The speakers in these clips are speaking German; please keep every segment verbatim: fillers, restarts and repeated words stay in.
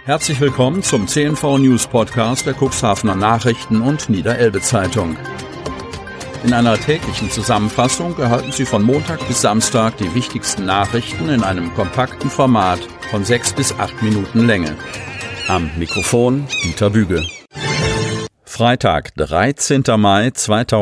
Herzlich willkommen zum C N V News Podcast der Cuxhavener Nachrichten und Niederelbe Zeitung. In einer täglichen Zusammenfassung erhalten Sie von Montag bis Samstag die wichtigsten Nachrichten in einem kompakten Format von sechs bis acht Minuten Länge. Am Mikrofon Dieter Büge. Freitag, dreizehnter Mai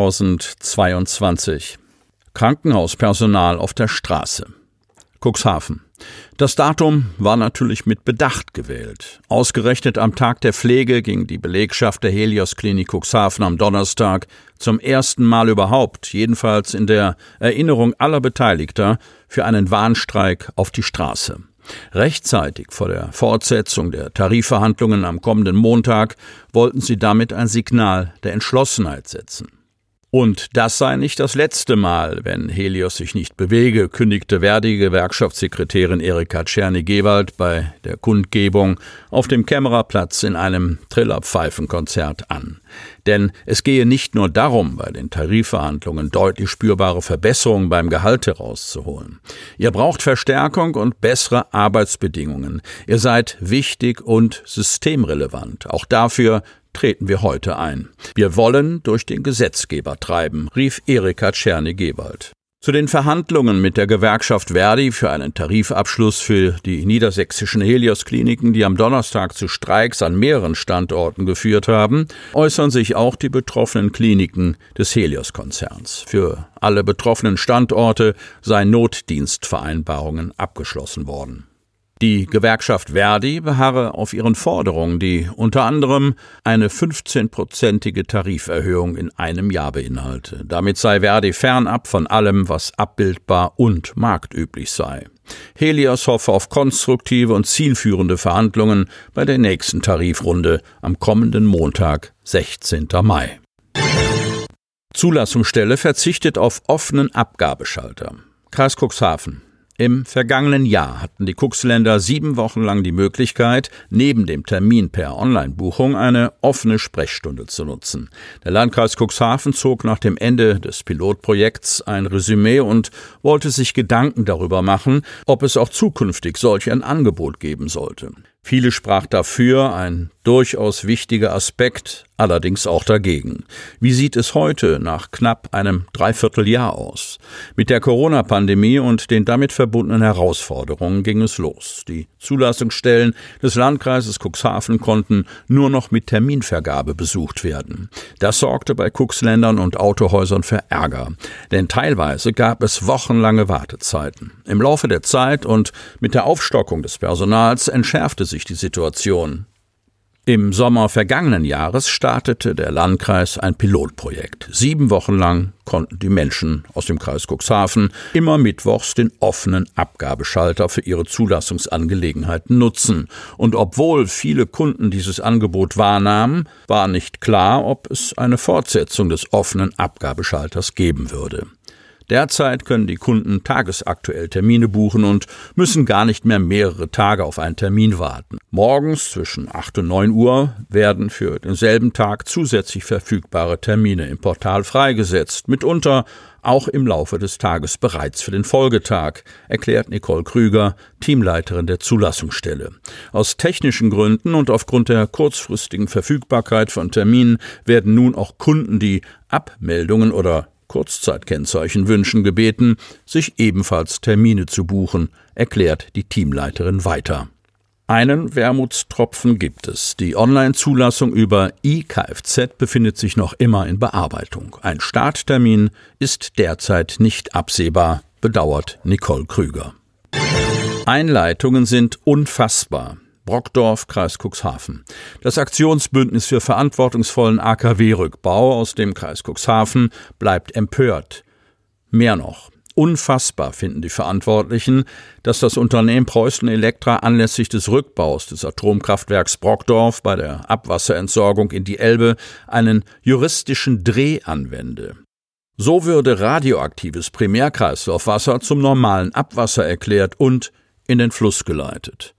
zweitausendzweiundzwanzig. Krankenhauspersonal auf der Straße. Cuxhaven. Das Datum war natürlich mit Bedacht gewählt. Ausgerechnet am Tag der Pflege ging die Belegschaft der Helios Klinik Cuxhaven am Donnerstag zum ersten Mal überhaupt, jedenfalls in der Erinnerung aller Beteiligter, für einen Warnstreik auf die Straße. Rechtzeitig vor der Fortsetzung der Tarifverhandlungen am kommenden Montag wollten sie damit ein Signal der Entschlossenheit setzen. Und das sei nicht das letzte Mal, wenn Helios sich nicht bewege, kündigte Verdi-Gewerkschaftssekretärin Erika Czerny-Gewald bei der Kundgebung auf dem Kämmererplatz in einem Trillerpfeifenkonzert an. Denn es gehe nicht nur darum, bei den Tarifverhandlungen deutlich spürbare Verbesserungen beim Gehalt herauszuholen. Ihr braucht Verstärkung und bessere Arbeitsbedingungen. Ihr seid wichtig und systemrelevant. Auch dafür treten wir heute ein. Wir wollen durch den Gesetzgeber treiben, rief Erika Czerny-Gewald. Zu den Verhandlungen mit der Gewerkschaft Verdi für einen Tarifabschluss für die niedersächsischen Helios-Kliniken, die am Donnerstag zu Streiks an mehreren Standorten geführt haben, äußern sich auch die betroffenen Kliniken des Helios-Konzerns. Für alle betroffenen Standorte seien Notdienstvereinbarungen abgeschlossen worden. Die Gewerkschaft Verdi beharre auf ihren Forderungen, die unter anderem eine fünfzehnprozentige Tariferhöhung in einem Jahr beinhalte. Damit sei Verdi fernab von allem, was abbildbar und marktüblich sei. Helios hoffe auf konstruktive und zielführende Verhandlungen bei der nächsten Tarifrunde am kommenden Montag, sechzehnter Mai. Zulassungsstelle verzichtet auf offenen Abgabeschalter. Kreis Cuxhaven. Im vergangenen Jahr hatten die Cuxländer sieben Wochen lang die Möglichkeit, neben dem Termin per Online-Buchung eine offene Sprechstunde zu nutzen. Der Landkreis Cuxhaven zog nach dem Ende des Pilotprojekts ein Resümee und wollte sich Gedanken darüber machen, ob es auch zukünftig solch ein Angebot geben sollte. Viele sprach dafür, ein durchaus wichtiger Aspekt, allerdings auch dagegen. Wie sieht es heute nach knapp einem Dreivierteljahr aus? Mit der Corona-Pandemie und den damit verbundenen Herausforderungen ging es los. Die Zulassungsstellen des Landkreises Cuxhaven konnten nur noch mit Terminvergabe besucht werden. Das sorgte bei Cuxländern und Autohäusern für Ärger, denn teilweise gab es wochenlange Wartezeiten. Im Laufe der Zeit und mit der Aufstockung des Personals entschärfte sich die Situation. Im Sommer vergangenen Jahres startete der Landkreis ein Pilotprojekt. Sieben Wochen lang konnten die Menschen aus dem Kreis Cuxhaven immer mittwochs den offenen Abgabeschalter für ihre Zulassungsangelegenheiten nutzen. Und obwohl viele Kunden dieses Angebot wahrnahmen, war nicht klar, ob es eine Fortsetzung des offenen Abgabeschalters geben würde. Derzeit können die Kunden tagesaktuell Termine buchen und müssen gar nicht mehr mehrere Tage auf einen Termin warten. Morgens zwischen acht und neun Uhr werden für denselben Tag zusätzlich verfügbare Termine im Portal freigesetzt, mitunter auch im Laufe des Tages bereits für den Folgetag, erklärt Nicole Krüger, Teamleiterin der Zulassungsstelle. Aus technischen Gründen und aufgrund der kurzfristigen Verfügbarkeit von Terminen werden nun auch Kunden, die Abmeldungen oder Kurzzeitkennzeichen wünschen, gebeten, sich ebenfalls Termine zu buchen, erklärt die Teamleiterin weiter. Einen Wermutstropfen gibt es. Die Online-Zulassung über i K F Z befindet sich noch immer in Bearbeitung. Ein Starttermin ist derzeit nicht absehbar, bedauert Nicole Krüger. Einleitungen sind unfassbar. Brockdorf, Kreis Cuxhaven. Das Aktionsbündnis für verantwortungsvollen A K W-Rückbau aus dem Kreis Cuxhaven bleibt empört. Mehr noch. Unfassbar finden die Verantwortlichen, dass das Unternehmen Preußen Elektra anlässlich des Rückbaus des Atomkraftwerks Brockdorf bei der Abwasserentsorgung in die Elbe einen juristischen Dreh anwende. So würde radioaktives Primärkreislaufwasser zum normalen Abwasser erklärt und in den Fluss geleitet.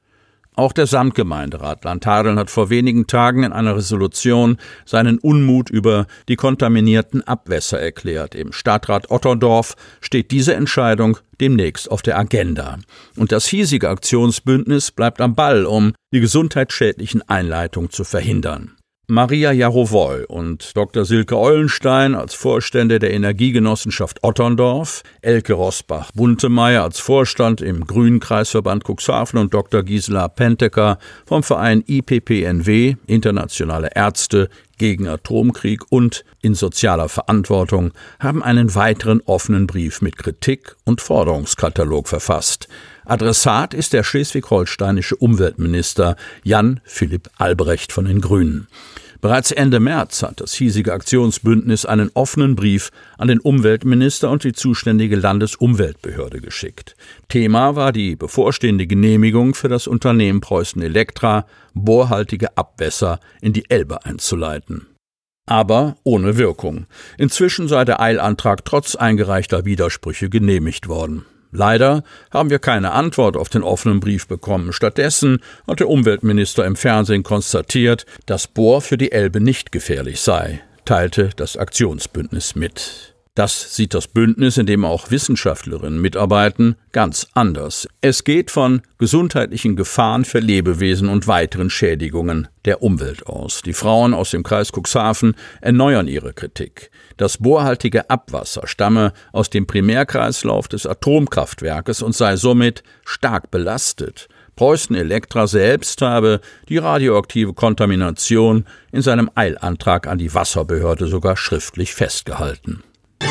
Auch der Samtgemeinderat Landhadeln hat vor wenigen Tagen in einer Resolution seinen Unmut über die kontaminierten Abwässer erklärt. Im Stadtrat Otterndorf steht diese Entscheidung demnächst auf der Agenda. Und das hiesige Aktionsbündnis bleibt am Ball, um die gesundheitsschädlichen Einleitungen zu verhindern. Maria Jarowoll und Doktor Silke Eulenstein als Vorstände der Energiegenossenschaft Otterndorf, Elke Rosbach-Buntemeyer als Vorstand im Grünen Kreisverband Cuxhaven und Doktor Gisela Penteker vom Verein I P P N W, Internationale Ärzte gegen Atomkrieg und in sozialer Verantwortung, haben einen weiteren offenen Brief mit Kritik und Forderungskatalog verfasst. Adressat ist der schleswig-holsteinische Umweltminister Jan Philipp Albrecht von den Grünen. Bereits Ende März hat das hiesige Aktionsbündnis einen offenen Brief an den Umweltminister und die zuständige Landesumweltbehörde geschickt. Thema war die bevorstehende Genehmigung für das Unternehmen Preußen Elektra, bohrhaltige Abwässer in die Elbe einzuleiten. Aber ohne Wirkung. Inzwischen sei der Eilantrag trotz eingereichter Widersprüche genehmigt worden. Leider haben wir keine Antwort auf den offenen Brief bekommen. Stattdessen hat der Umweltminister im Fernsehen konstatiert, dass Bohr für die Elbe nicht gefährlich sei, teilte das Aktionsbündnis mit. Das sieht das Bündnis, in dem auch Wissenschaftlerinnen mitarbeiten, ganz anders. Es geht von gesundheitlichen Gefahren für Lebewesen und weiteren Schädigungen der Umwelt aus. Die Frauen aus dem Kreis Cuxhaven erneuern ihre Kritik. Das bohrhaltige Abwasser stamme aus dem Primärkreislauf des Atomkraftwerkes und sei somit stark belastet. Preußen Elektra selbst habe die radioaktive Kontamination in seinem Eilantrag an die Wasserbehörde sogar schriftlich festgehalten.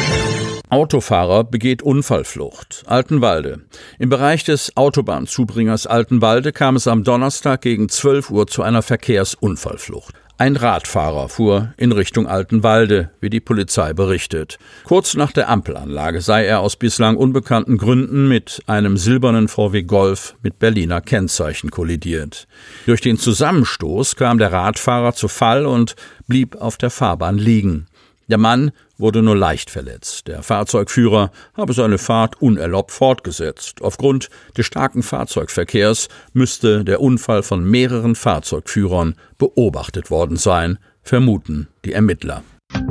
Autofahrer begeht Unfallflucht. Altenwalde. Im Bereich des Autobahnzubringers Altenwalde kam es am Donnerstag gegen zwölf Uhr zu einer Verkehrsunfallflucht. Ein Radfahrer fuhr in Richtung Altenwalde, wie die Polizei berichtet. Kurz nach der Ampelanlage sei er aus bislang unbekannten Gründen mit einem silbernen V W Golf mit Berliner Kennzeichen kollidiert. Durch den Zusammenstoß kam der Radfahrer zu Fall und blieb auf der Fahrbahn liegen. Der Mann wurde nur leicht verletzt. Der Fahrzeugführer habe seine Fahrt unerlaubt fortgesetzt. Aufgrund des starken Fahrzeugverkehrs müsste der Unfall von mehreren Fahrzeugführern beobachtet worden sein, vermuten die Ermittler.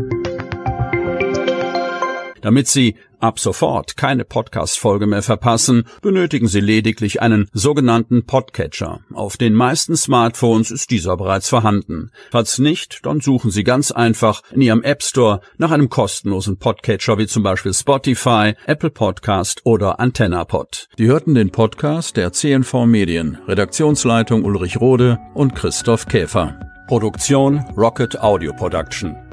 Damit Sie ab sofort keine Podcast-Folge mehr verpassen, benötigen Sie lediglich einen sogenannten Podcatcher. Auf den meisten Smartphones ist dieser bereits vorhanden. Falls nicht, dann suchen Sie ganz einfach in Ihrem App Store nach einem kostenlosen Podcatcher wie zum Beispiel Spotify, Apple Podcast oder AntennaPod. Sie hörten den Podcast der C N V Medien, Redaktionsleitung Ulrich Rode und Christoph Käfer. Produktion Rocket Audio Production.